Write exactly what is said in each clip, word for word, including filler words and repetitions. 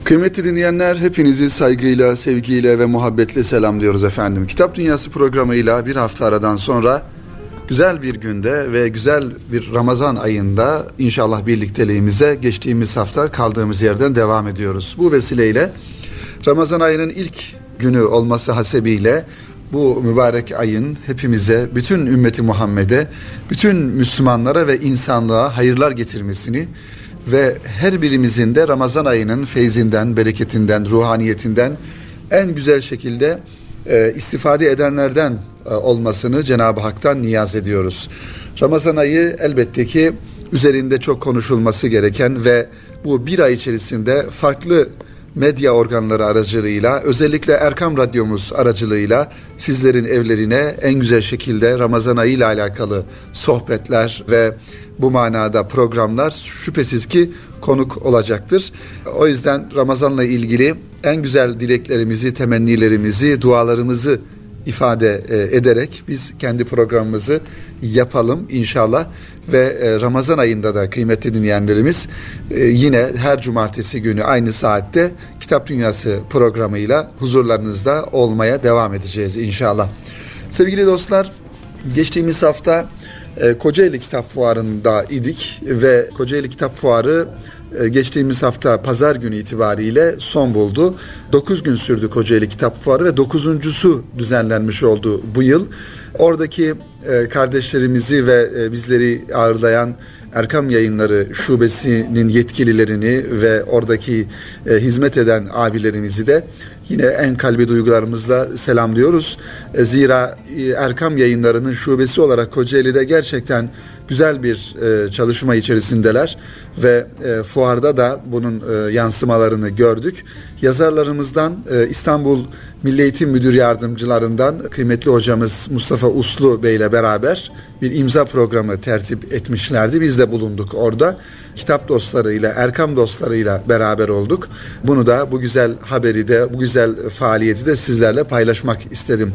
Kıymetli dinleyenler, hepinizi saygıyla, sevgiyle ve muhabbetle selamlıyoruz efendim. Kitap Dünyası programıyla bir hafta aradan sonra güzel bir günde ve güzel bir Ramazan ayında inşallah birlikteliğimize geçtiğimiz hafta kaldığımız yerden devam ediyoruz. Bu vesileyle Ramazan ayının ilk günü olması hasebiyle bu mübarek ayın hepimize, bütün ümmeti Muhammed'e, bütün Müslümanlara ve insanlığa hayırlar getirmesini ve her birimizin de Ramazan ayının feyzinden, bereketinden, ruhaniyetinden en güzel şekilde e, istifade edenlerden e, olmasını Cenab-ı Hak'tan niyaz ediyoruz. Ramazan ayı elbette ki üzerinde çok konuşulması gereken ve bu bir ay içerisinde farklı medya organları aracılığıyla, özellikle Erkam Radyomuz aracılığıyla sizlerin evlerine en güzel şekilde Ramazan ayı ile alakalı sohbetler ve bu manada programlar şüphesiz ki konuk olacaktır. O yüzden Ramazan'la ilgili en güzel dileklerimizi, temennilerimizi, dualarımızı ifade ederek biz kendi programımızı yapalım inşallah. Ve Ramazan ayında da kıymetli dinleyenlerimiz yine her cumartesi günü aynı saatte Kitap Dünyası programıyla huzurlarınızda olmaya devam edeceğiz inşallah. Sevgili dostlar, geçtiğimiz hafta Kocaeli Kitap Fuarı'nda idik ve Kocaeli Kitap Fuarı geçtiğimiz hafta pazar günü itibariyle son buldu. dokuz gün sürdü Kocaeli Kitap Fuarı ve dokuzuncusu düzenlenmiş oldu bu yıl. Oradaki kardeşlerimizi ve bizleri ağırlayan Erkam Yayınları Şubesi'nin yetkililerini ve oradaki hizmet eden abilerimizi de yine en kalbi duygularımızla selamlıyoruz. Zira Erkam Yayınları'nın şubesi olarak Kocaeli'de gerçekten güzel bir çalışma içerisindeler ve fuarda da bunun yansımalarını gördük. Yazarlarımızdan İstanbul Milli Eğitim Müdür Yardımcılarından kıymetli hocamız Mustafa Uslu Bey ile beraber bir imza programı tertip etmişlerdi. Biz de bulunduk orada. Kitap dostlarıyla, Erkam dostlarıyla beraber olduk. Bunu da, bu güzel haberi de, bu güzel faaliyeti de sizlerle paylaşmak istedim.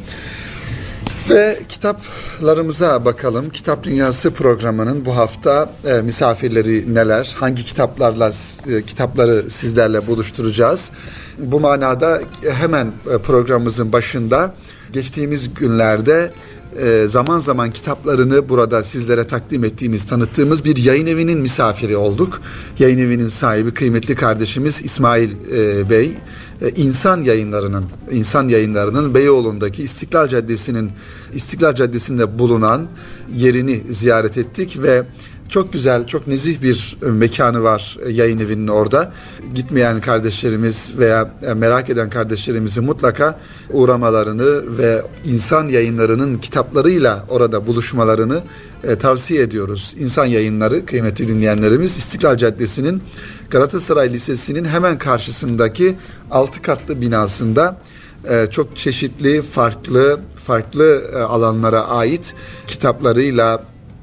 Ve kitaplarımıza bakalım. Kitap Dünyası programının bu hafta e, misafirleri neler? Hangi kitaplarla e, kitapları sizlerle buluşturacağız? Bu manada hemen programımızın başında geçtiğimiz günlerde e, zaman zaman kitaplarını burada sizlere takdim ettiğimiz, tanıttığımız bir yayın evinin misafiri olduk. Yayın evinin sahibi kıymetli kardeşimiz İsmail e, Bey. İnsan Yayınları'nın İnsan Yayınları'nın Beyoğlu'ndaki İstiklal Caddesi'nin İstiklal Caddesi'nde bulunan yerini ziyaret ettik ve çok güzel, çok nezih bir mekanı var yayın evinin orada. Gitmeyen kardeşlerimiz veya merak eden kardeşlerimizin mutlaka uğramalarını ve İnsan Yayınları'nın kitaplarıyla orada buluşmalarını e, tavsiye ediyoruz. İnsan Yayınları, kıymetli dinleyenlerimiz, İstiklal Caddesi'nin Galatasaray Lisesi'nin hemen karşısındaki altı katlı binasında e, çok çeşitli, farklı, farklı e, alanlara ait kitaplarıyla,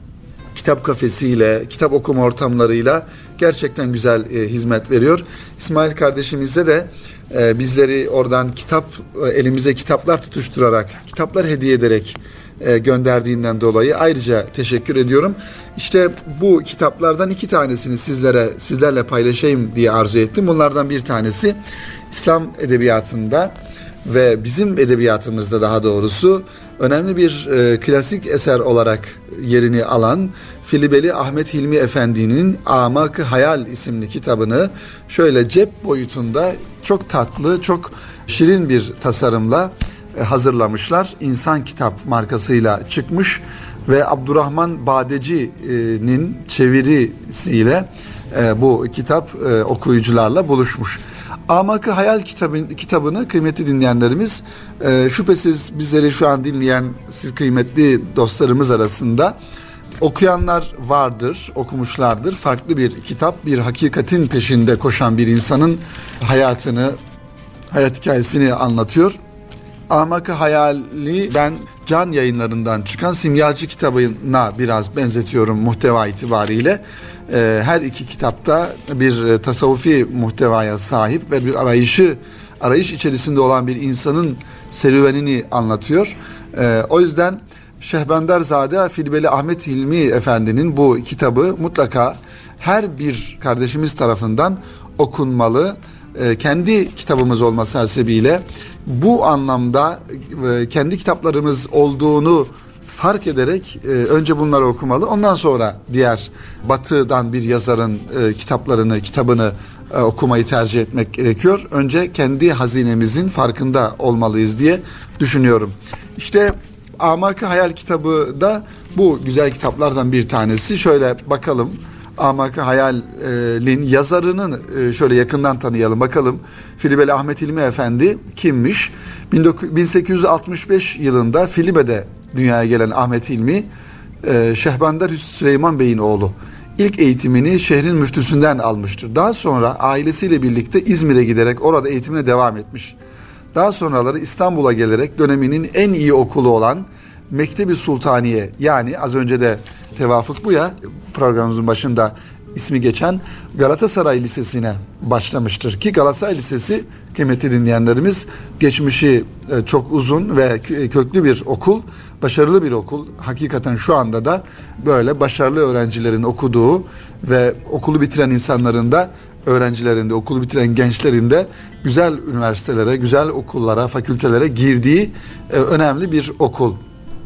kitap kafesiyle, kitap okuma ortamlarıyla gerçekten güzel e, hizmet veriyor. İsmail kardeşimize de e, bizleri oradan kitap, e, elimize kitaplar tutuşturarak, kitaplar hediye ederek e, gönderdiğinden dolayı ayrıca teşekkür ediyorum. İşte bu kitaplardan iki tanesini sizlere sizlerle paylaşayım diye arzu ettim. Bunlardan bir tanesi İslam edebiyatında ve bizim edebiyatımızda daha doğrusu önemli bir e, klasik eser olarak yerini alan Filibeli Ahmet Hilmi Efendi'nin Amak-ı Hayal isimli kitabını şöyle cep boyutunda çok tatlı, çok şirin bir tasarımla e, hazırlamışlar. İnsan Kitap markasıyla çıkmış ve Abdurrahman Badeci'nin çevirisiyle e, bu kitap e, okuyucularla buluşmuş. Amak-ı Hayal kitabın, kitabını kıymetli dinleyenlerimiz, e, şüphesiz bizleri şu an dinleyen siz kıymetli dostlarımız arasında okuyanlar vardır, okumuşlardır. Farklı bir kitap, bir hakikatin peşinde koşan bir insanın hayatını, hayat hikayesini anlatıyor. Amak-ı Hayal'i ben Can Yayınları'ndan çıkan Simyacı kitabına biraz benzetiyorum muhteva itibariyle. Ee, her iki kitapta bir tasavvufi muhtevaya sahip ve bir arayışı, arayış içerisinde olan bir insanın serüvenini anlatıyor. Ee, o yüzden Şehbenderzade Filibeli Ahmet Hilmi Efendi'nin bu kitabı mutlaka her bir kardeşimiz tarafından okunmalı e, kendi kitabımız olması hasebiyle bu anlamda e, kendi kitaplarımız olduğunu fark ederek e, önce bunları okumalı. Ondan sonra diğer batıdan bir yazarın e, kitaplarını, kitabını e, okumayı tercih etmek gerekiyor. Önce kendi hazinemizin farkında olmalıyız diye düşünüyorum. İşte Amak-ı Hayal kitabı da bu güzel kitaplardan bir tanesi. Şöyle bakalım. Amak-ı Hayal'in yazarının şöyle yakından tanıyalım bakalım. Filibeli Ahmet Hilmi Efendi kimmiş? bin sekiz yüz altmış beş yılında Filibe'de dünyaya gelen Ahmet Hilmi, Şehbandar Hüsnü Süleyman Bey'in oğlu. İlk eğitimini şehrin müftüsünden almıştır. Daha sonra ailesiyle birlikte İzmir'e giderek orada eğitimine devam etmiş. Daha sonraları İstanbul'a gelerek döneminin en iyi okulu olan Mektebi Sultaniye, yani az önce de tevafuk bu ya programımızın başında ismi geçen Galatasaray Lisesi'ne başlamıştır. Ki Galatasaray Lisesi, kıymetli dinleyenlerimiz, geçmişi çok uzun ve köklü bir okul, başarılı bir okul. Hakikaten şu anda da böyle başarılı öğrencilerin okuduğu ve okulu bitiren insanların da, öğrencilerin de, okulu bitiren gençlerin de güzel üniversitelere, güzel okullara, fakültelere girdiği önemli bir okul.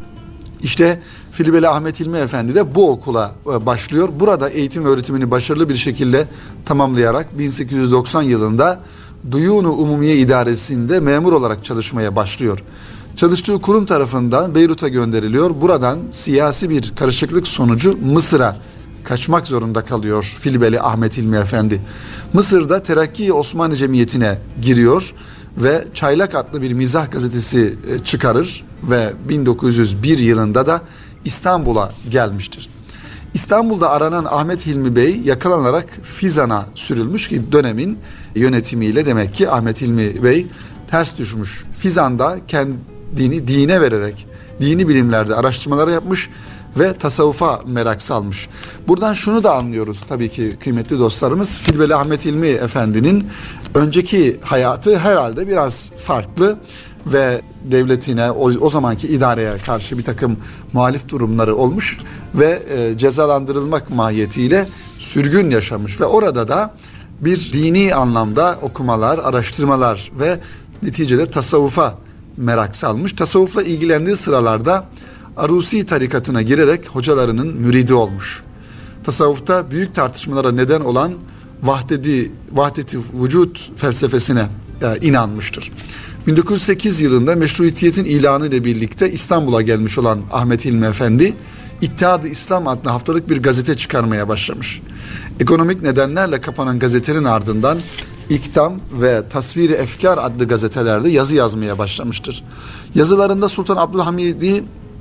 İşte Filibeli Ahmet Hilmi Efendi de bu okula başlıyor. Burada eğitim ve öğretimini başarılı bir şekilde tamamlayarak bin sekiz yüz doksan yılında Duyun-u Umumiye İdaresi'nde memur olarak çalışmaya başlıyor. Çalıştığı kurum tarafından Beyrut'a gönderiliyor. Buradan siyasi bir karışıklık sonucu Mısır'a kaçmak zorunda kalıyor Filibeli Ahmet Hilmi Efendi. Mısır'da Terakki Osmanlı Cemiyeti'ne giriyor ve Çaylak adlı bir mizah gazetesi çıkarır ve bin dokuz yüz bir yılında da İstanbul'a gelmiştir. İstanbul'da aranan Ahmet Hilmi Bey yakalanarak Fizan'a sürülmüş ki dönemin yönetimiyle demek ki Ahmet Hilmi Bey ters düşmüş. Fizan'da kendini dine vererek dini bilimlerde araştırmalar yapmış ve tasavvufa merak salmış. Buradan şunu da anlıyoruz tabii ki kıymetli dostlarımız. Filibeli Ahmet Hilmi Efendi'nin önceki hayatı herhalde biraz farklı ve devletine, o, o zamanki idareye karşı bir takım muhalif durumları olmuş ve e, cezalandırılmak mahiyetiyle sürgün yaşamış ve orada da bir dini anlamda okumalar, araştırmalar ve neticede tasavvufa merak salmış. Tasavvufla ilgilendiği sıralarda Arusi tarikatına girerek hocalarının müridi olmuş. Tasavvufta büyük tartışmalara neden olan vahdeti, vahdeti vücut felsefesine e, inanmıştır. bin dokuz yüz sekiz yılında meşruiyetin ilanı ile birlikte İstanbul'a gelmiş olan Ahmet Hilmi Efendi, İttihad-ı İslam adlı haftalık bir gazete çıkarmaya başlamış. Ekonomik nedenlerle kapanan gazetenin ardından İktam ve Tasvir-i Efkar adlı gazetelerde yazı yazmaya başlamıştır. Yazılarında Sultan Abdülhamid'i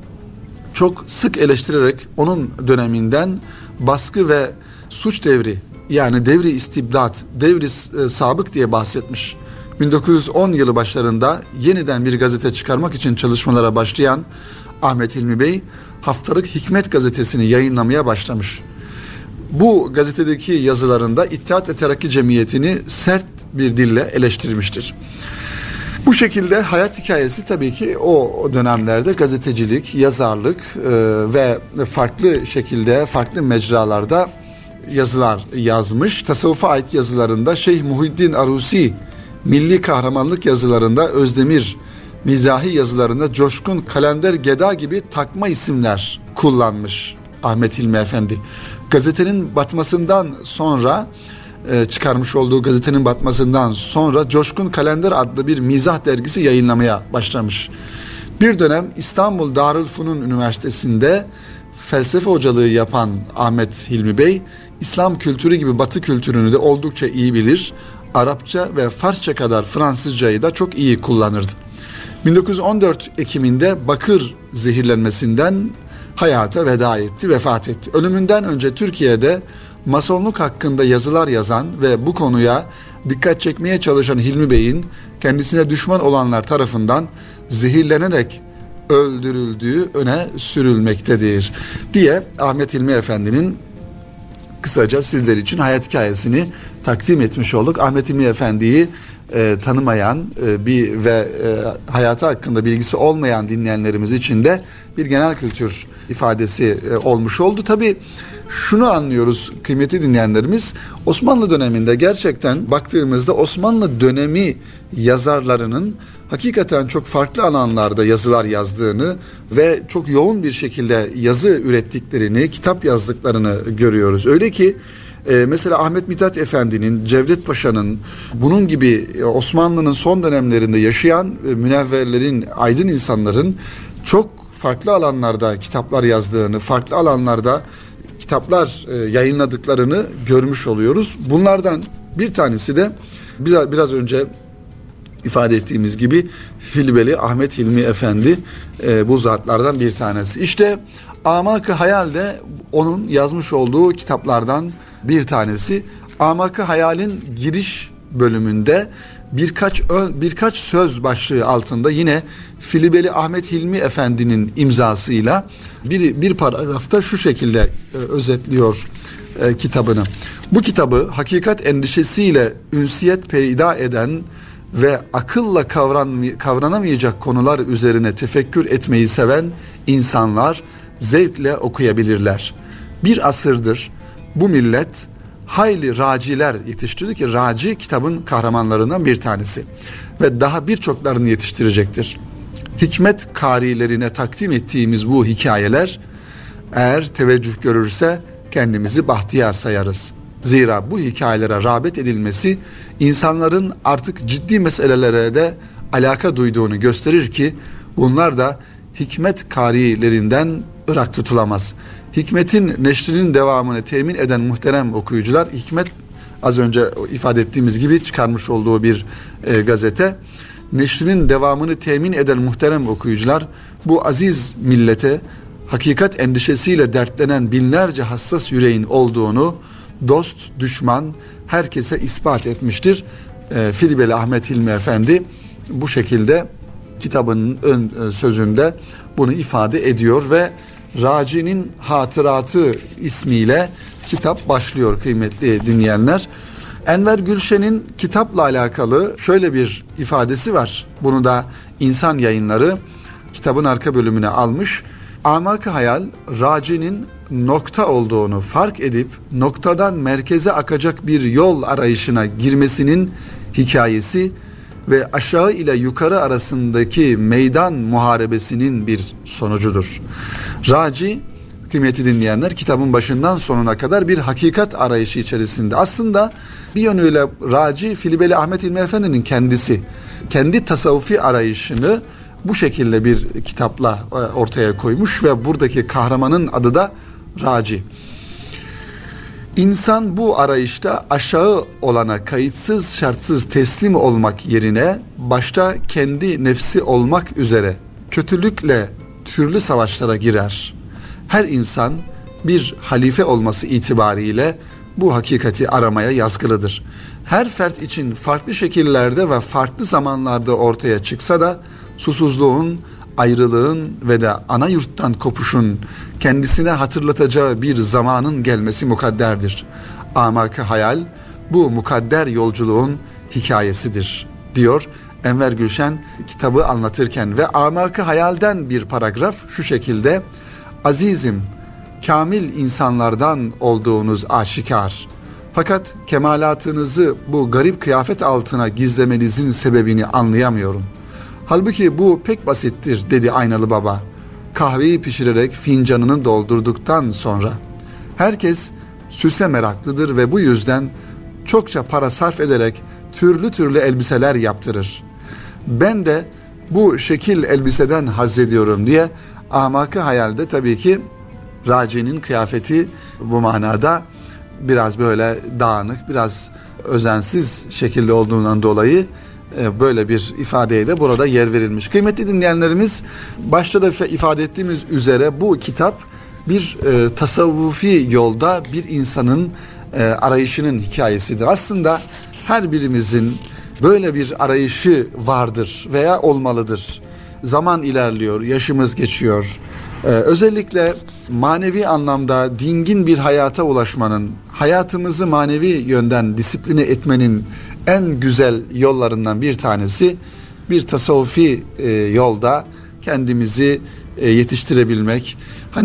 çok sık eleştirerek onun döneminden baskı ve suç devri, yani devri istibdat, devri e, sabık diye bahsetmiş. bin dokuz yüz on yılı başlarında yeniden bir gazete çıkarmak için çalışmalara başlayan Ahmet Hilmi Bey, haftalık Hikmet gazetesini yayınlamaya başlamış. Bu gazetedeki yazılarında İttihat ve Terakki Cemiyeti'ni sert bir dille eleştirmiştir. Bu şekilde hayat hikayesi tabii ki o dönemlerde gazetecilik, yazarlık e, ve farklı şekilde, farklı mecralarda yazılar yazmış. Tasavvufa ait yazılarında Şeyh Muhiddin Arusi, milli kahramanlık yazılarında Özdemir, mizahi yazılarında Coşkun Kalender Geda gibi takma isimler kullanmış Ahmet Hilmi Efendi. Gazetenin batmasından sonra, çıkarmış olduğu gazetenin batmasından sonra Coşkun Kalender adlı bir mizah dergisi yayınlamaya başlamış. Bir dönem İstanbul Darülfünun Üniversitesi'nde felsefe hocalığı yapan Ahmet Hilmi Bey, İslam kültürü gibi Batı kültürünü de oldukça iyi bilir. Arapça ve Farsça kadar Fransızcayı da çok iyi kullanırdı. bin dokuz yüz on dört Ekim'inde bakır zehirlenmesinden hayata veda etti, vefat etti. Ölümünden önce Türkiye'de Masonluk hakkında yazılar yazan ve bu konuya dikkat çekmeye çalışan Hilmi Bey'in kendisine düşman olanlar tarafından zehirlenerek öldürüldüğü öne sürülmektedir diye Ahmet Hilmi Efendi'nin kısaca sizler için hayat hikayesini takdim etmiş olduk. Ahmet Hilmi Efendi'yi e, tanımayan e, bir ve e, hayatı hakkında bilgisi olmayan dinleyenlerimiz için de bir genel kültür ifadesi e, olmuş oldu. Tabii Şunu anlıyoruz kıymetli dinleyenlerimiz, Osmanlı döneminde gerçekten baktığımızda Osmanlı dönemi yazarlarının hakikaten çok farklı alanlarda yazılar yazdığını ve çok yoğun bir şekilde yazı ürettiklerini, kitap yazdıklarını görüyoruz. Öyle ki e, mesela Ahmet Mithat Efendi'nin, Cevdet Paşa'nın, bunun gibi Osmanlı'nın son dönemlerinde yaşayan e, münevverlerin, aydın insanların çok farklı alanlarda kitaplar yazdığını, farklı alanlarda kitaplar e, yayınladıklarını görmüş oluyoruz. Bunlardan bir tanesi de biraz, biraz önce ifade ettiğimiz gibi Filibeli Ahmet Hilmi Efendi e, bu zatlardan bir tanesi. İşte Amak-ı Hayal de onun yazmış olduğu kitaplardan bir tanesi. Amak-ı Hayal'in giriş bölümünde birkaç birkaç söz başlığı altında yine Filibeli Ahmet Hilmi Efendi'nin imzasıyla bir, bir paragrafta şu şekilde e, özetliyor e, kitabını. Bu kitabı hakikat endişesiyle ünsiyet peyda eden ve akılla kavran, kavranamayacak konular üzerine tefekkür etmeyi seven insanlar zevkle okuyabilirler. Bir asırdır bu millet hayli raciler yetiştirdi ki raci kitabın kahramanlarından bir tanesi ve daha birçoklarını yetiştirecektir. Hikmet karilerine takdim ettiğimiz bu hikayeler eğer teveccüh görürse kendimizi bahtiyar sayarız. Zira bu hikayelere rağbet edilmesi insanların artık ciddi meselelere de alaka duyduğunu gösterir ki bunlar da hikmet karilerinden ırak tutulamaz. Hikmetin neşrinin devamını temin eden muhterem okuyucular, Hikmet az önce ifade ettiğimiz gibi çıkarmış olduğu bir e, gazete. Neşrinin devamını temin eden muhterem okuyucular bu aziz millete hakikat endişesiyle dertlenen binlerce hassas yüreğin olduğunu dost, düşman herkese ispat etmiştir. E, Filibeli Ahmet Hilmi Efendi bu şekilde kitabının ön sözünde bunu ifade ediyor ve Raci'nin Hatıratı ismiyle kitap başlıyor kıymetli dinleyenler. Enver Gülşen'in kitapla alakalı şöyle bir ifadesi var. Bunu da İnsan Yayınları kitabın arka bölümüne almış. Amak-ı Hayal, Raci'nin nokta olduğunu fark edip noktadan merkeze akacak bir yol arayışına girmesinin hikayesi ve aşağı ile yukarı arasındaki meydan muharebesinin bir sonucudur. Raci, kıymetli dinleyenler, kitabın başından sonuna kadar bir hakikat arayışı içerisinde. Aslında bir yönüyle Raci, Filibeli Ahmet Hilmi Efendi'nin kendisi. Kendi tasavvufi arayışını bu şekilde bir kitapla ortaya koymuş ve buradaki kahramanın adı da Raci. İnsan bu arayışta aşağı olana kayıtsız şartsız teslim olmak yerine başta kendi nefsi olmak üzere kötülükle türlü savaşlara girer. Her insan bir halife olması itibariyle bu hakikati aramaya yazgılıdır. Her fert için farklı şekillerde ve farklı zamanlarda ortaya çıksa da susuzluğun, ayrılığın ve de ana yurttan kopuşun kendisine hatırlatacağı bir zamanın gelmesi mukadderdir. Amak-ı Hayal bu mukadder yolculuğun hikayesidir diyor Enver Gülşen kitabı anlatırken ve Amak-ı Hayal'den bir paragraf şu şekilde: azizim, kamil insanlardan olduğunuz aşikar. Fakat kemalatınızı bu garip kıyafet altına gizlemenizin sebebini anlayamıyorum. Halbuki bu pek basittir dedi Aynalı Baba. Kahveyi pişirerek fincanını doldurduktan sonra. Herkes süse meraklıdır ve bu yüzden çokça para sarf ederek türlü türlü elbiseler yaptırır. Ben de bu şekil elbiseden haz ediyorum diye Amak-ı Hayal'de tabii ki Raci'nin kıyafeti bu manada biraz böyle dağınık, biraz özensiz şekilde olduğundan dolayı böyle bir ifadeye de burada yer verilmiş. Kıymetli dinleyenlerimiz, başta da ifade ettiğimiz üzere bu kitap bir e, tasavvufi yolda bir insanın e, arayışının hikayesidir. Aslında her birimizin böyle bir arayışı vardır veya olmalıdır. Zaman ilerliyor, yaşımız geçiyor. Ee, özellikle manevi anlamda dingin bir hayata ulaşmanın, hayatımızı manevi yönden disipline etmenin en güzel yollarından bir tanesi bir tasavvufi e, yolda kendimizi e, yetiştirebilmek. Hani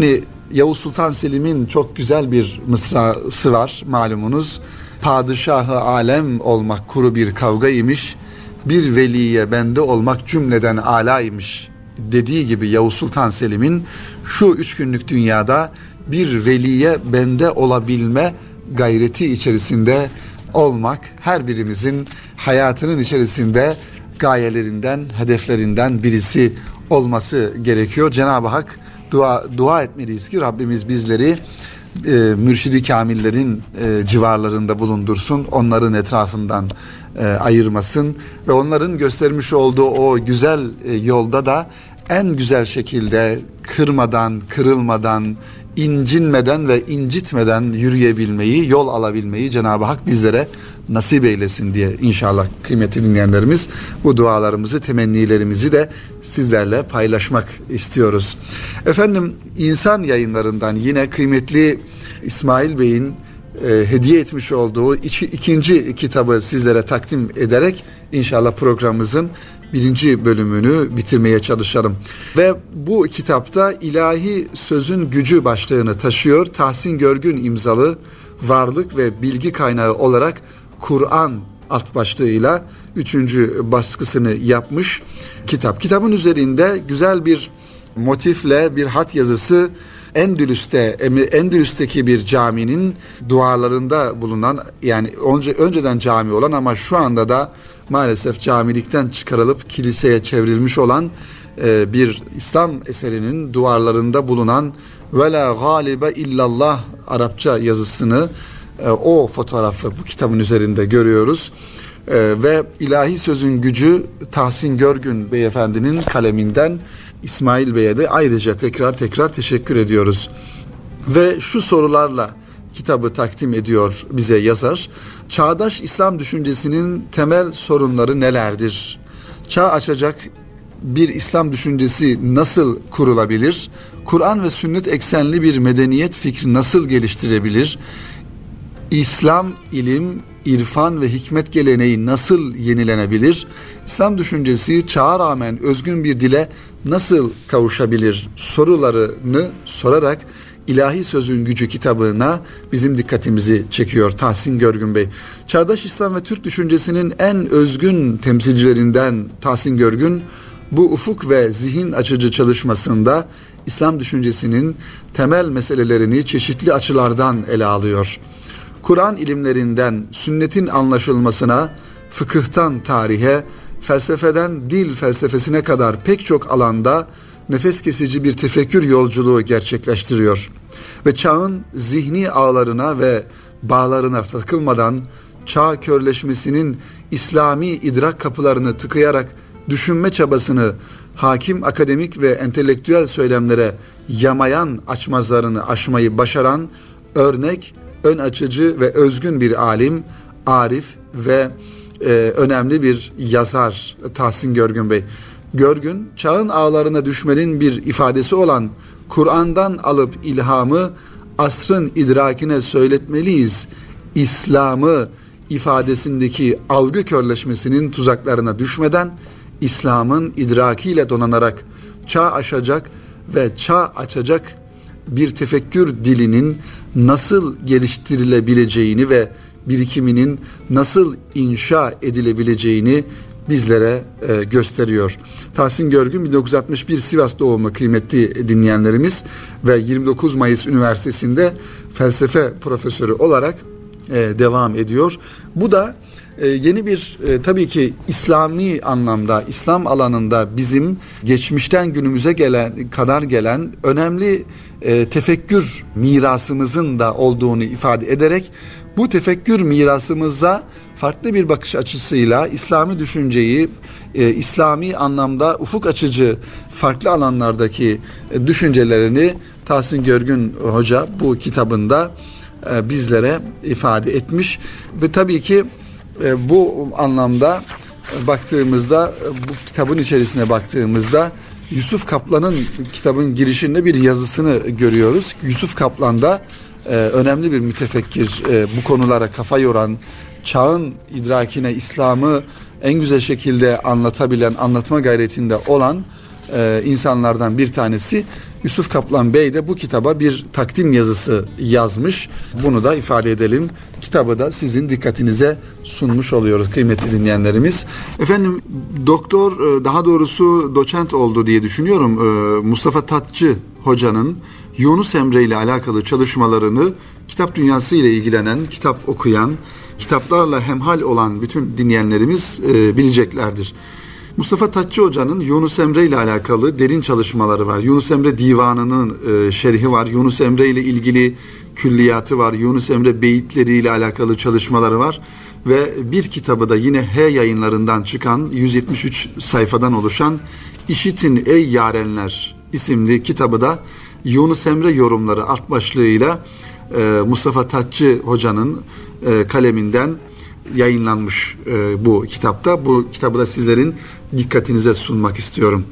Yavuz Sultan Selim'in çok güzel bir mısrası var malumunuz. Padişahı alem olmak kuru bir kavgaymış, bir veliye bende olmak cümleden alaymış dediği gibi Yavuz Sultan Selim'in şu üç günlük dünyada bir veliye bende olabilme gayreti içerisinde olmak her birimizin hayatının içerisinde gayelerinden, hedeflerinden birisi olması gerekiyor. Cenab-ı Hak dua, dua etmeliyiz ki Rabbimiz bizleri e, mürşidi kamillerin e, civarlarında bulundursun. Onların etrafından e, ayırmasın ve onların göstermiş olduğu o güzel e, yolda da en güzel şekilde kırmadan, kırılmadan, incinmeden ve incitmeden yürüyebilmeyi, yol alabilmeyi Cenab-ı Hak bizlere nasip eylesin diye inşallah kıymetli dinleyenlerimiz bu dualarımızı, temennilerimizi de sizlerle paylaşmak istiyoruz. Efendim İnsan Yayınlarından yine kıymetli İsmail Bey'in e, hediye etmiş olduğu iki, ikinci kitabı sizlere takdim ederek inşallah programımızın birinci bölümünü bitirmeye çalışalım. Ve bu kitapta ilahi sözün gücü başlığını taşıyor. Tahsin Görgün imzalı varlık ve bilgi kaynağı olarak Kur'an alt başlığıyla üçüncü baskısını yapmış kitap. Kitabın üzerinde güzel bir motifle bir hat yazısı Endülüs'te, Endülüs'teki bir caminin duvarlarında bulunan, yani önce, önceden cami olan ama şu anda da maalesef camilikten çıkarılıp kiliseye çevrilmiş olan e, bir İslam eserinin duvarlarında bulunan ve la galibe illallah Arapça yazısını, e, o fotoğrafı bu kitabın üzerinde görüyoruz. E, ve ilahi sözün gücü Tahsin Görgün beyefendinin kaleminden İsmail Bey'e de ayrıca tekrar tekrar teşekkür ediyoruz. Ve şu sorularla kitabı takdim ediyor bize yazar. Çağdaş İslam düşüncesinin temel sorunları nelerdir? Çağ açacak bir İslam düşüncesi nasıl kurulabilir? Kur'an ve sünnet eksenli bir medeniyet fikri nasıl geliştirebilir? İslam, ilim, irfan ve hikmet geleneği nasıl yenilenebilir? İslam düşüncesi çağa rağmen özgün bir dile nasıl kavuşabilir? Sorularını sorarak İlahi Sözün Gücü kitabına bizim dikkatimizi çekiyor Tahsin Görgün Bey. Çağdaş İslam ve Türk düşüncesinin en özgün temsilcilerinden Tahsin Görgün, bu ufuk ve zihin açıcı çalışmasında İslam düşüncesinin temel meselelerini çeşitli açılardan ele alıyor. Kur'an ilimlerinden sünnetin anlaşılmasına, fıkıhtan tarihe, felsefeden dil felsefesine kadar pek çok alanda nefes kesici bir tefekkür yolculuğu gerçekleştiriyor. Ve çağın zihni ağlarına ve bağlarına takılmadan çağ körleşmesinin İslami idrak kapılarını tıkayarak düşünme çabasını hakim akademik ve entelektüel söylemlere yamayan açmazlarını aşmayı başaran örnek, ön açıcı ve özgün bir alim, arif ve e, önemli bir yazar Tahsin Görgün Bey. Görgün, çağın ağlarına düşmenin bir ifadesi olan Kur'an'dan alıp ilhamı asrın idrakine söyletmeliyiz. İslam'ı ifadesindeki algı körleşmesinin tuzaklarına düşmeden İslam'ın idrakiyle donanarak çağ aşacak ve çağ açacak bir tefekkür dilinin nasıl geliştirilebileceğini ve birikiminin nasıl inşa edilebileceğini bizlere e, gösteriyor. Tahsin Görgün bin dokuz yüz altmış bir Sivas doğumlu kıymetli dinleyenlerimiz ve yirmi dokuz Mayıs Üniversitesi'nde felsefe profesörü olarak e, devam ediyor. Bu da e, yeni bir e, tabii ki İslami anlamda, İslam alanında bizim geçmişten günümüze gelen kadar gelen önemli e, tefekkür mirasımızın da olduğunu ifade ederek bu tefekkür mirasımıza farklı bir bakış açısıyla İslami düşünceyi, e, İslami anlamda ufuk açıcı farklı alanlardaki e, düşüncelerini Tahsin Görgün Hoca bu kitabında e, bizlere ifade etmiş ve tabii ki e, bu anlamda e, baktığımızda e, bu kitabın içerisine baktığımızda Yusuf Kaplan'ın kitabın girişinde bir yazısını görüyoruz. Yusuf Kaplan da e, önemli bir mütefekkir, e, bu konulara kafa yoran, çağın idrakine İslam'ı en güzel şekilde anlatabilen, anlatma gayretinde olan e, insanlardan bir tanesi. Yusuf Kaplan Bey de bu kitaba bir takdim yazısı yazmış. Bunu da ifade edelim. Kitabı da sizin dikkatinize sunmuş oluyoruz kıymetli dinleyenlerimiz. Efendim doktor, daha doğrusu doçent oldu diye düşünüyorum. Mustafa Tatçı Hoca'nın Yunus Emre ile alakalı çalışmalarını kitap dünyası ile ilgilenen, kitap okuyan, kitaplarla hemhal olan bütün dinleyenlerimiz e, bileceklerdir. Mustafa Tatçı Hoca'nın Yunus Emre ile alakalı derin çalışmaları var. Yunus Emre Divanı'nın e, şerhi var. Yunus Emre ile ilgili külliyatı var. Yunus Emre beyitleri ile alakalı çalışmaları var. Ve bir kitabı da yine H yayınlarından çıkan yüz yetmiş üç sayfadan oluşan İşitin Ey Yarenler isimli kitabı da Yunus Emre yorumları alt başlığıyla e, Mustafa Tatçı Hoca'nın e, kaleminden yayınlanmış e, bu kitapta. Bu kitabı da sizlerin dikkatinize sunmak istiyorum.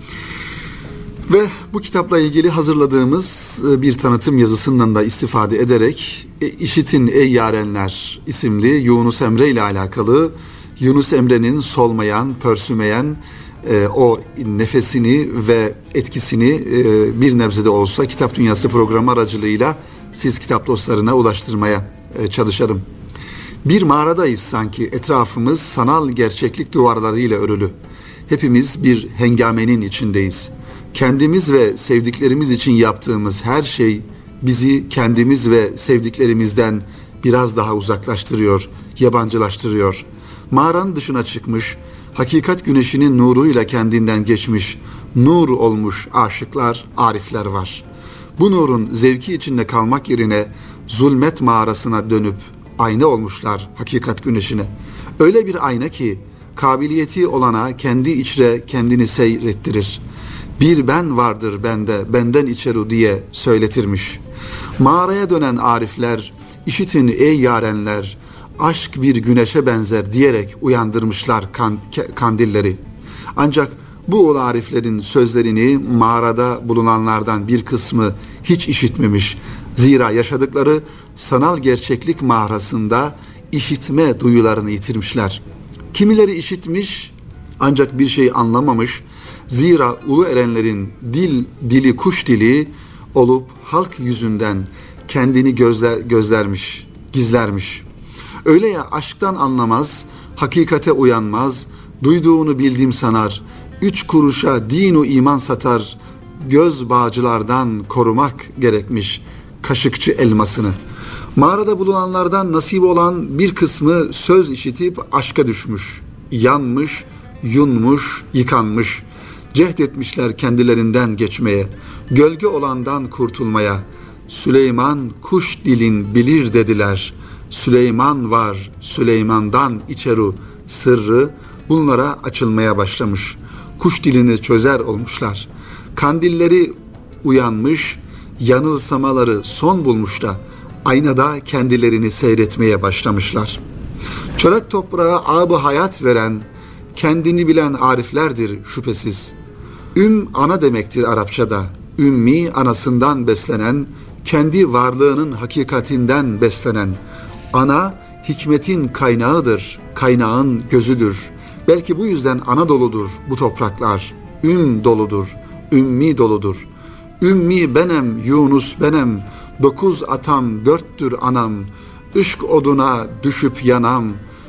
Ve bu kitapla ilgili hazırladığımız e, bir tanıtım yazısından da istifade ederek e, İşitin Ey Yarenler isimli Yunus Emre ile alakalı Yunus Emre'nin solmayan, pörsümeyen e, o nefesini ve etkisini e, bir nebzede olsa Kitap Dünyası programı aracılığıyla siz kitap dostlarına ulaştırmaya e, çalışalım. Bir mağaradayız sanki, etrafımız sanal gerçeklik duvarlarıyla örülü. Hepimiz bir hengamenin içindeyiz. Kendimiz ve sevdiklerimiz için yaptığımız her şey bizi kendimiz ve sevdiklerimizden biraz daha uzaklaştırıyor, yabancılaştırıyor. Mağaranın dışına çıkmış, hakikat güneşinin nuruyla kendinden geçmiş, nur olmuş aşıklar, arifler var. Bu nurun zevki içinde kalmak yerine zulmet mağarasına dönüp ayna olmuşlar hakikat güneşine. Öyle bir ayna ki kabiliyeti olana kendi içre kendini seyrettirir. Bir ben vardır bende, benden içeri diye söyletirmiş. Mağaraya dönen arifler, işitin ey yarenler, aşk bir güneşe benzer diyerek uyandırmışlar kan, kandilleri. Ancak bu ulu ariflerin sözlerini mağarada bulunanlardan bir kısmı hiç işitmemiş. Zira yaşadıkları sanal gerçeklik mağarasında işitme duyularını yitirmişler. Kimileri işitmiş ancak bir şey anlamamış. Zira ulu erenlerin dil dili kuş dili olup halk yüzünden kendini gözler, gözlermiş, gizlermiş. Öyle ya aşktan anlamaz, hakikate uyanmaz, duyduğunu bildim sanar, üç kuruşa dinu iman satar, göz bağcılardan korumak gerekmiş kaşıkçı elmasını. Mağarada bulunanlardan nasip olan bir kısmı söz işitip aşka düşmüş, yanmış, yunmuş, yıkanmış, cehd etmişler kendilerinden geçmeye, gölge olandan kurtulmaya. Süleyman kuş dilin bilir dediler. Süleyman var, Süleyman'dan içeru sırrı bunlara açılmaya başlamış. Kuş dilini çözer olmuşlar. Kandilleri uyanmış, yanılsamaları son bulmuş da aynada kendilerini seyretmeye başlamışlar. Çorak toprağa ağabey hayat veren, kendini bilen ariflerdir şüphesiz. Üm ana demektir Arapçada. Ümmi anasından beslenen, kendi varlığının hakikatinden beslenen. Ana hikmetin kaynağıdır, kaynağın gözüdür. Belki bu yüzden ana doludur bu topraklar. Üm doludur, ümmi doludur. Ümmi benem, Yunus benem, dokuz atam, dörttür anam. Işk oduna düşüp yanam,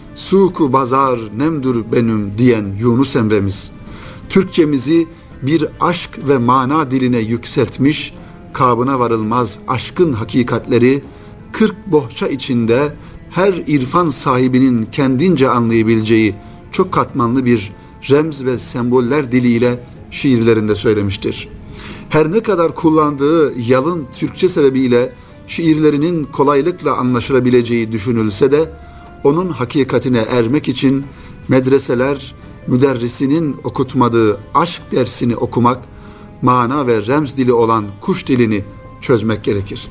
suku bazar nemdür benim diyen Yunus Emre'miz. Türkçemizi bir aşk ve mana diline yükseltmiş, kabına varılmaz aşkın hakikatleri, kırk bohça içinde her irfan sahibinin kendince anlayabileceği çok katmanlı bir remz ve semboller diliyle şiirlerinde söylemiştir. Her ne kadar kullandığı yalın Türkçe sebebiyle şiirlerinin kolaylıkla anlaşılabileceği düşünülse de, onun hakikatine ermek için medreseler müderrisinin okutmadığı aşk dersini okumak, mana ve remz dili olan kuş dilini çözmek gerekir.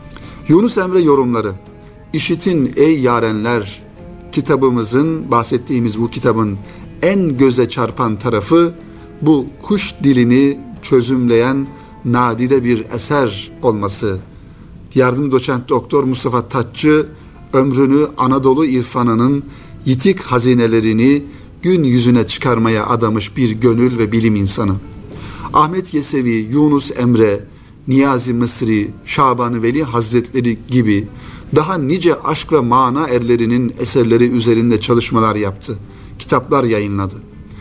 Yunus Emre yorumları, İşitin ey yarenler kitabımızın, bahsettiğimiz bu kitabın en göze çarpan tarafı bu kuş dilini çözümleyen nadide bir eser olması. Yardım doçent doktor Mustafa Tatçı ömrünü Anadolu irfanının yitik hazinelerini gün yüzüne çıkarmaya adamış bir gönül ve bilim insanı. Ahmet Yesevi, Yunus Emre, Niyazi Mısri, Şaban-ı Veli Hazretleri gibi daha nice aşk ve mana erlerinin eserleri üzerinde çalışmalar yaptı. Kitaplar yayınladı.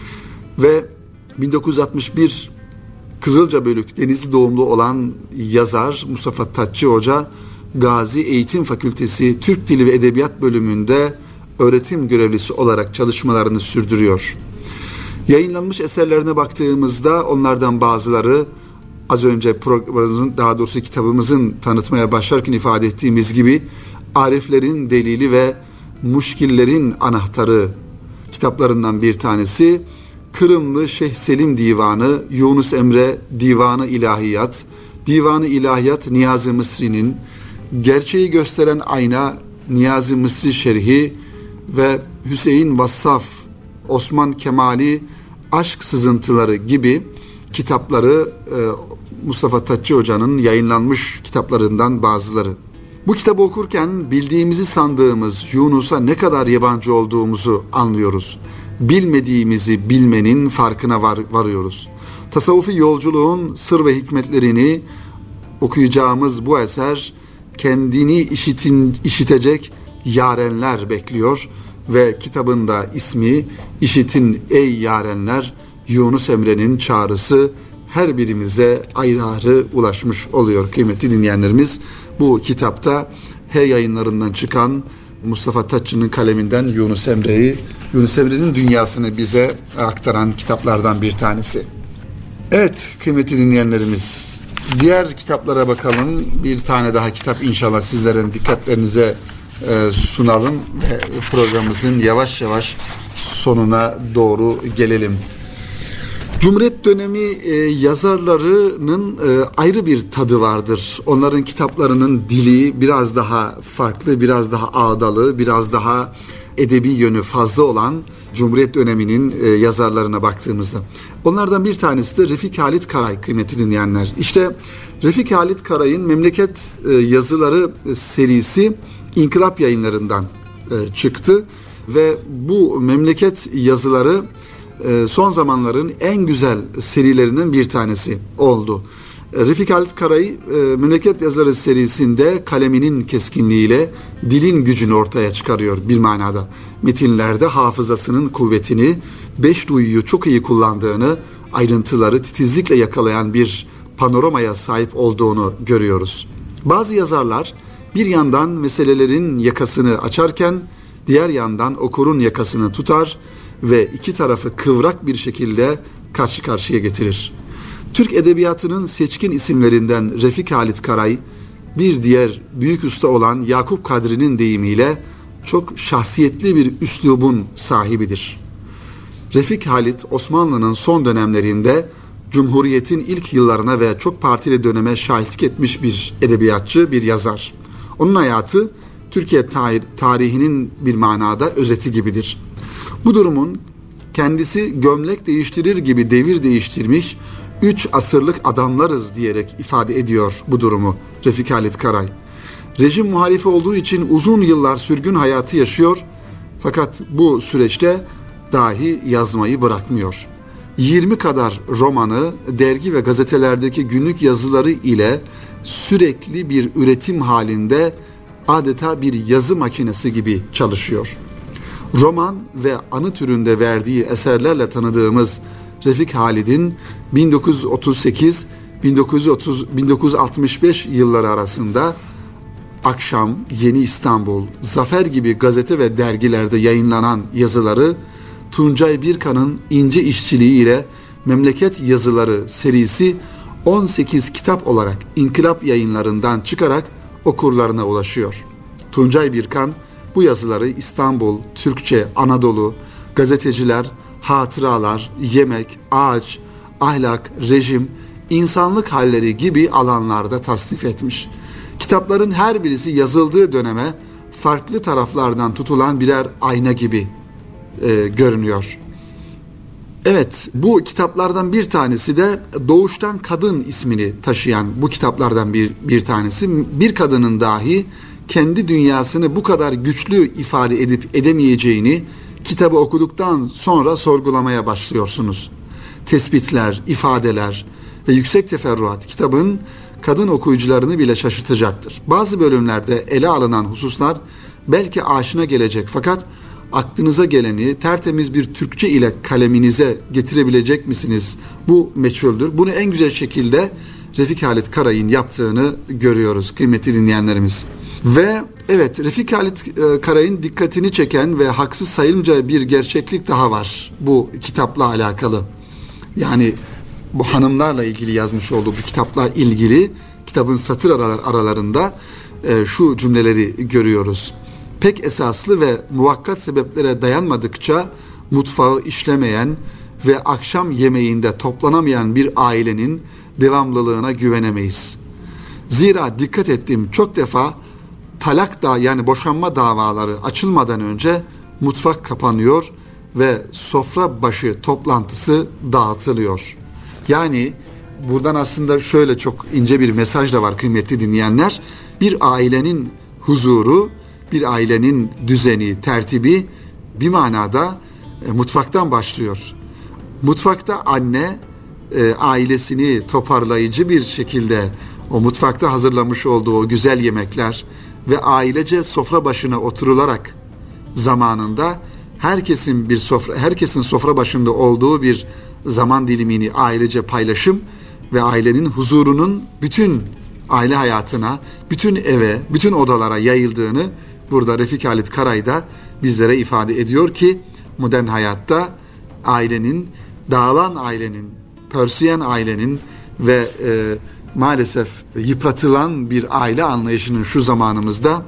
Ve bin dokuz yüz altmış bir Kızılcabölük Denizli doğumlu olan yazar Mustafa Taççı Hoca, Gazi Eğitim Fakültesi Türk Dili ve Edebiyat bölümünde öğretim görevlisi olarak çalışmalarını sürdürüyor. Yayınlanmış eserlerine baktığımızda onlardan bazıları az önce programımızın, daha doğrusu kitabımızın tanıtmaya başlarken ifade ettiğimiz gibi Ariflerin Delili ve Muşkillerin Anahtarı kitaplarından bir tanesi, Kırımlı Şeyh Selim Divanı, Yunus Emre Divanı İlahiyat, Divanı İlahiyat Niyazi Mısri'nin, Gerçeği Gösteren Ayna Niyazi Mısri Şerhi ve Hüseyin Vassaf, Osman Kemali Aşk Sızıntıları gibi kitapları Mustafa Taççı Hoca'nın yayınlanmış kitaplarından bazıları. Bu kitabı okurken bildiğimizi sandığımız Yunus'a ne kadar yabancı olduğumuzu anlıyoruz. Bilmediğimizi bilmenin farkına var, varıyoruz. Tasavvufi yolculuğun sır ve hikmetlerini okuyacağımız bu eser kendini işitin, işitecek yarenler bekliyor ve kitabın da ismi İşitin Ey Yarenler, Yunus Emre'nin çağrısı her birimize ayrı ayrı ulaşmış oluyor kıymetli dinleyenlerimiz. Bu kitapta H yayınlarından çıkan Mustafa Taççı'nın kaleminden Yunus Emre'yi, Yunus Emre'nin dünyasını bize aktaran kitaplardan bir tanesi. Evet kıymetli dinleyenlerimiz, diğer kitaplara bakalım. Bir tane daha kitap inşallah sizlerin dikkatlerinize e, sunalım ve programımızın yavaş yavaş sonuna doğru gelelim. Cumhuriyet dönemi e, yazarlarının e, ayrı bir tadı vardır. Onların kitaplarının dili biraz daha farklı, biraz daha ağdalı, biraz daha edebi yönü fazla olan Cumhuriyet döneminin e, yazarlarına baktığımızda. Onlardan bir tanesi de Refik Halit Karay kıymetli dinleyenler. İşte Refik Halit Karay'ın Memleket e, Yazıları e, serisi İnkılap Yayınlarından e, çıktı ve bu Memleket Yazıları son zamanların en güzel serilerinden bir tanesi oldu. Refik Halit Karay, Memleket Yazıları serisinde kaleminin keskinliğiyle dilin gücünü ortaya çıkarıyor bir manada. Metinlerde hafızasının kuvvetini, beş duyuyu çok iyi kullandığını, ayrıntıları titizlikle yakalayan bir panoramaya sahip olduğunu görüyoruz. Bazı yazarlar bir yandan meselelerin yakasını açarken, diğer yandan okurun yakasını tutar ve iki tarafı kıvrak bir şekilde karşı karşıya getirir. Türk edebiyatının seçkin isimlerinden Refik Halit Karay, bir diğer büyük usta olan Yakup Kadri'nin deyimiyle çok şahsiyetli bir üslubun sahibidir. Refik Halit, Osmanlı'nın son dönemlerinde Cumhuriyet'in ilk yıllarına ve çok partili döneme şahitlik etmiş bir edebiyatçı, bir yazar. Onun hayatı Türkiye tarihinin bir manada özeti gibidir. Bu durumun kendisi gömlek değiştirir gibi devir değiştirmiş, üç asırlık adamlarız diyerek ifade ediyor bu durumu Refik Halit Karay. Rejim muhalifi olduğu için uzun yıllar sürgün hayatı yaşıyor, fakat bu süreçte dahi yazmayı bırakmıyor. yirmi kadar romanı, dergi ve gazetelerdeki günlük yazıları ile sürekli bir üretim halinde adeta bir yazı makinesi gibi çalışıyor. Roman ve anı türünde verdiği eserlerle tanıdığımız Refik Halit'in bin dokuz yüz otuz sekiz bin dokuz yüz otuz bin dokuz yüz altmış beş yılları arasında Akşam, Yeni İstanbul, Zafer gibi gazete ve dergilerde yayınlanan yazıları Tuncay Birkan'ın ince işçiliği ile Memleket Yazıları serisi on sekiz kitap olarak İnkılap Yayınlarından çıkarak okurlarına ulaşıyor. Tuncay Birkan bu yazıları İstanbul, Türkçe, Anadolu, gazeteciler, hatıralar, yemek, ağaç, ahlak, rejim, insanlık halleri gibi alanlarda tasnif etmiş. Kitapların her birisi yazıldığı döneme farklı taraflardan tutulan birer ayna gibi e, görünüyor. Evet, bu kitaplardan bir tanesi de Doğuştan Kadın ismini taşıyan bu kitaplardan bir, bir tanesi. Bir kadının dahi kendi dünyasını bu kadar güçlü ifade edip edemeyeceğini kitabı okuduktan sonra sorgulamaya başlıyorsunuz. Tespitler, ifadeler ve yüksek teferruat kitabın kadın okuyucularını bile şaşırtacaktır. Bazı bölümlerde ele alınan hususlar belki aşina gelecek fakat aklınıza geleni tertemiz bir Türkçe ile kaleminize getirebilecek misiniz? Bu meçhuldür. Bunu en güzel şekilde Refik Halit Karay'ın yaptığını görüyoruz kıymetli dinleyenlerimiz. Ve evet, Refik Halit Karay'ın dikkatini çeken ve haksız sayılmayacağı bir gerçeklik daha var bu kitapla alakalı. Yani bu hanımlarla ilgili yazmış olduğu bu kitapla ilgili kitabın satır aralar, aralarında e, şu cümleleri görüyoruz. Pek esaslı ve muvakkat sebeplere dayanmadıkça mutfağı işlemeyen ve akşam yemeğinde toplanamayan bir ailenin devamlılığına güvenemeyiz. Zira dikkat ettiğim çok defa talak da yani boşanma davaları açılmadan önce mutfak kapanıyor ve sofra başı toplantısı dağıtılıyor. Yani buradan aslında şöyle çok ince bir mesaj da var kıymetli dinleyenler. Bir ailenin huzuru, bir ailenin düzeni, tertibi bir manada e, mutfaktan başlıyor. Mutfakta anne e, ailesini toparlayıcı bir şekilde o mutfakta hazırlamış olduğu o güzel yemekler ve ailece sofra başına oturularak zamanında herkesin bir sofra herkesin sofra başında olduğu bir zaman dilimini ailece paylaşım ve ailenin huzurunun bütün aile hayatına, bütün eve, bütün odalara yayıldığını burada Refik Halit Karay da bizlere ifade ediyor ki modern hayatta ailenin, dağılan ailenin, pörsüyen ailenin ve e, maalesef yıpratılan bir aile anlayışının şu zamanımızda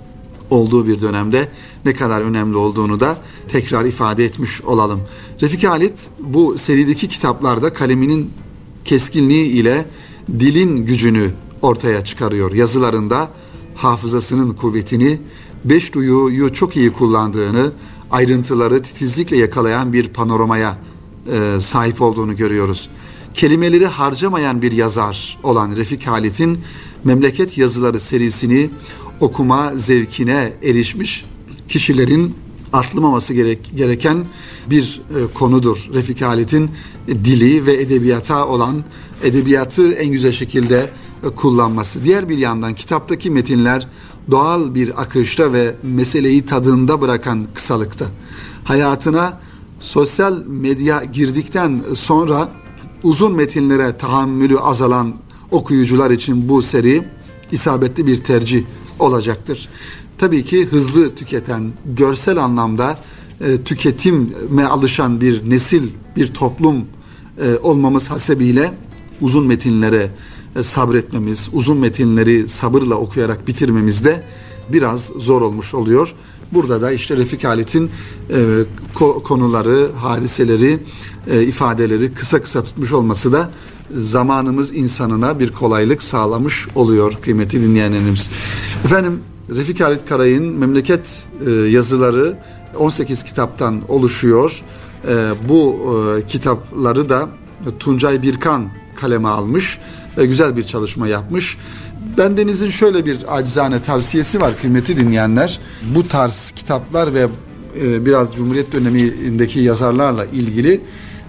olduğu bir dönemde ne kadar önemli olduğunu da tekrar ifade etmiş olalım. Refik Halit bu serideki kitaplarda kaleminin keskinliği ile dilin gücünü ortaya çıkarıyor. Yazılarında hafızasının kuvvetini, beş duyuyu çok iyi kullandığını, ayrıntıları titizlikle yakalayan bir panoramaya e, sahip olduğunu görüyoruz. Kelimeleri harcamayan bir yazar olan Refik Halit'in Memleket Yazıları serisini okuma zevkine erişmiş kişilerin atlamaması gerek, gereken bir e, konudur. Refik Halit'in e, dili ve edebiyata olan edebiyatı en güzel şekilde e, kullanması. Diğer bir yandan kitaptaki metinler doğal bir akışta ve meseleyi tadında bırakan kısalıkta. Hayatına sosyal medya girdikten sonra uzun metinlere tahammülü azalan okuyucular için bu seri isabetli bir tercih olacaktır. Tabii ki hızlı tüketen, görsel anlamda e, tüketime alışan bir nesil, bir toplum e, olmamız hasebiyle uzun metinlere e, sabretmemiz, uzun metinleri sabırla okuyarak bitirmemiz de biraz zor olmuş oluyor. Burada da işte Refik Halit'in e, ko- konuları, hadiseleri, e, ifadeleri kısa kısa tutmuş olması da zamanımız insanına bir kolaylık sağlamış oluyor kıymetli dinleyenlerimiz. Efendim, Refik Halit Karay'ın Memleket e, yazıları on sekiz kitaptan oluşuyor. E, bu e, kitapları da Tuncay Birkan kaleme almış. E, güzel bir çalışma yapmış. Bendenizin şöyle bir acizane tavsiyesi var kıymetli dinleyenler. Bu tarz kitaplar ve e, biraz Cumhuriyet dönemindeki yazarlarla ilgili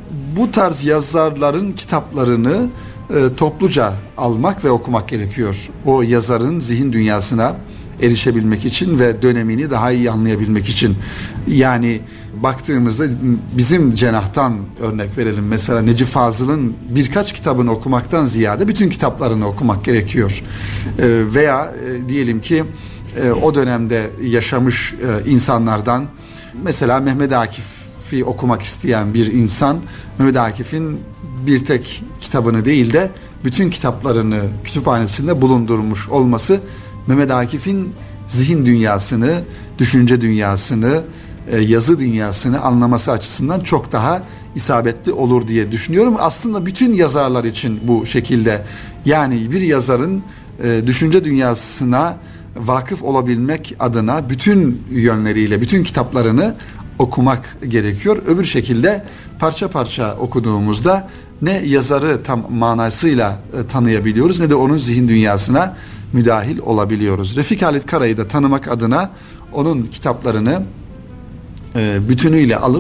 bu tarz yazarların kitaplarını e, topluca almak ve okumak gerekiyor. O yazarın zihin dünyasına erişebilmek için ve dönemini daha iyi anlayabilmek için. Yani baktığımızda bizim cenahtan örnek verelim. Mesela Necip Fazıl'ın birkaç kitabını okumaktan ziyade bütün kitaplarını okumak gerekiyor. E, veya e, diyelim ki e, o dönemde yaşamış e, insanlardan mesela Mehmet Akif'i okumak isteyen bir insan Mehmet Akif'in bir tek kitabını değil de bütün kitaplarını kütüphanesinde bulundurmuş olması Mehmet Akif'in zihin dünyasını, düşünce dünyasını, yazı dünyasını anlaması açısından çok daha isabetli olur diye düşünüyorum. Aslında bütün yazarlar için bu şekilde. Yani bir yazarın düşünce dünyasına vakıf olabilmek adına bütün yönleriyle, bütün kitaplarını okumak gerekiyor. Öbür şekilde parça parça okuduğumuzda ne yazarı tam manasıyla tanıyabiliyoruz ne de onun zihin dünyasına müdahil olabiliyoruz. Refik Halit Karay'ı da tanımak adına onun kitaplarını e, bütünüyle alıp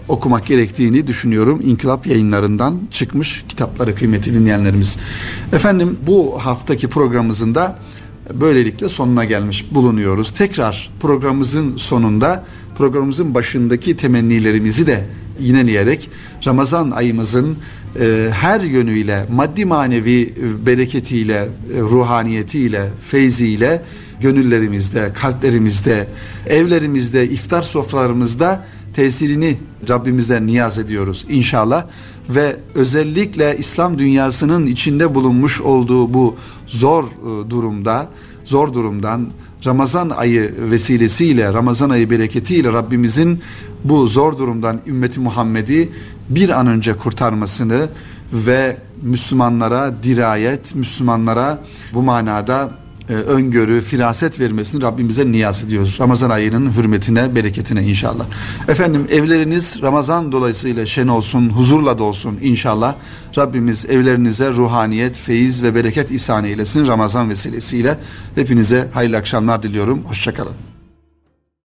okumak gerektiğini düşünüyorum. İnkılap Yayınlarından çıkmış kitapları kıymetli dinleyenlerimiz. Efendim, bu haftaki programımızın da böylelikle sonuna gelmiş bulunuyoruz. Tekrar programımızın sonunda, programımızın başındaki temennilerimizi de yineleyerek Ramazan ayımızın e, her yönüyle, maddi manevi e, bereketiyle, e, ruhaniyetiyle, feyziyle gönüllerimizde, kalplerimizde, evlerimizde, iftar sofralarımızda tesirini Rabbimizden niyaz ediyoruz inşallah. Ve özellikle İslam dünyasının içinde bulunmuş olduğu bu zor e, durumda, zor durumdan Ramazan ayı vesilesiyle, Ramazan ayı bereketiyle Rabbimizin bu zor durumdan ümmeti Muhammed'i bir an önce kurtarmasını ve Müslümanlara dirayet, Müslümanlara bu manada e, öngörü, firaset vermesini Rabbimize niyaz ediyoruz. Ramazan ayının hürmetine, bereketine inşallah. Efendim, evleriniz Ramazan dolayısıyla şen olsun, huzurla dolsun inşallah. Rabbimiz evlerinize ruhaniyet, feyiz ve bereket ihsan eylesin Ramazan vesilesiyle. Hepinize hayırlı akşamlar diliyorum. Hoşça kalın.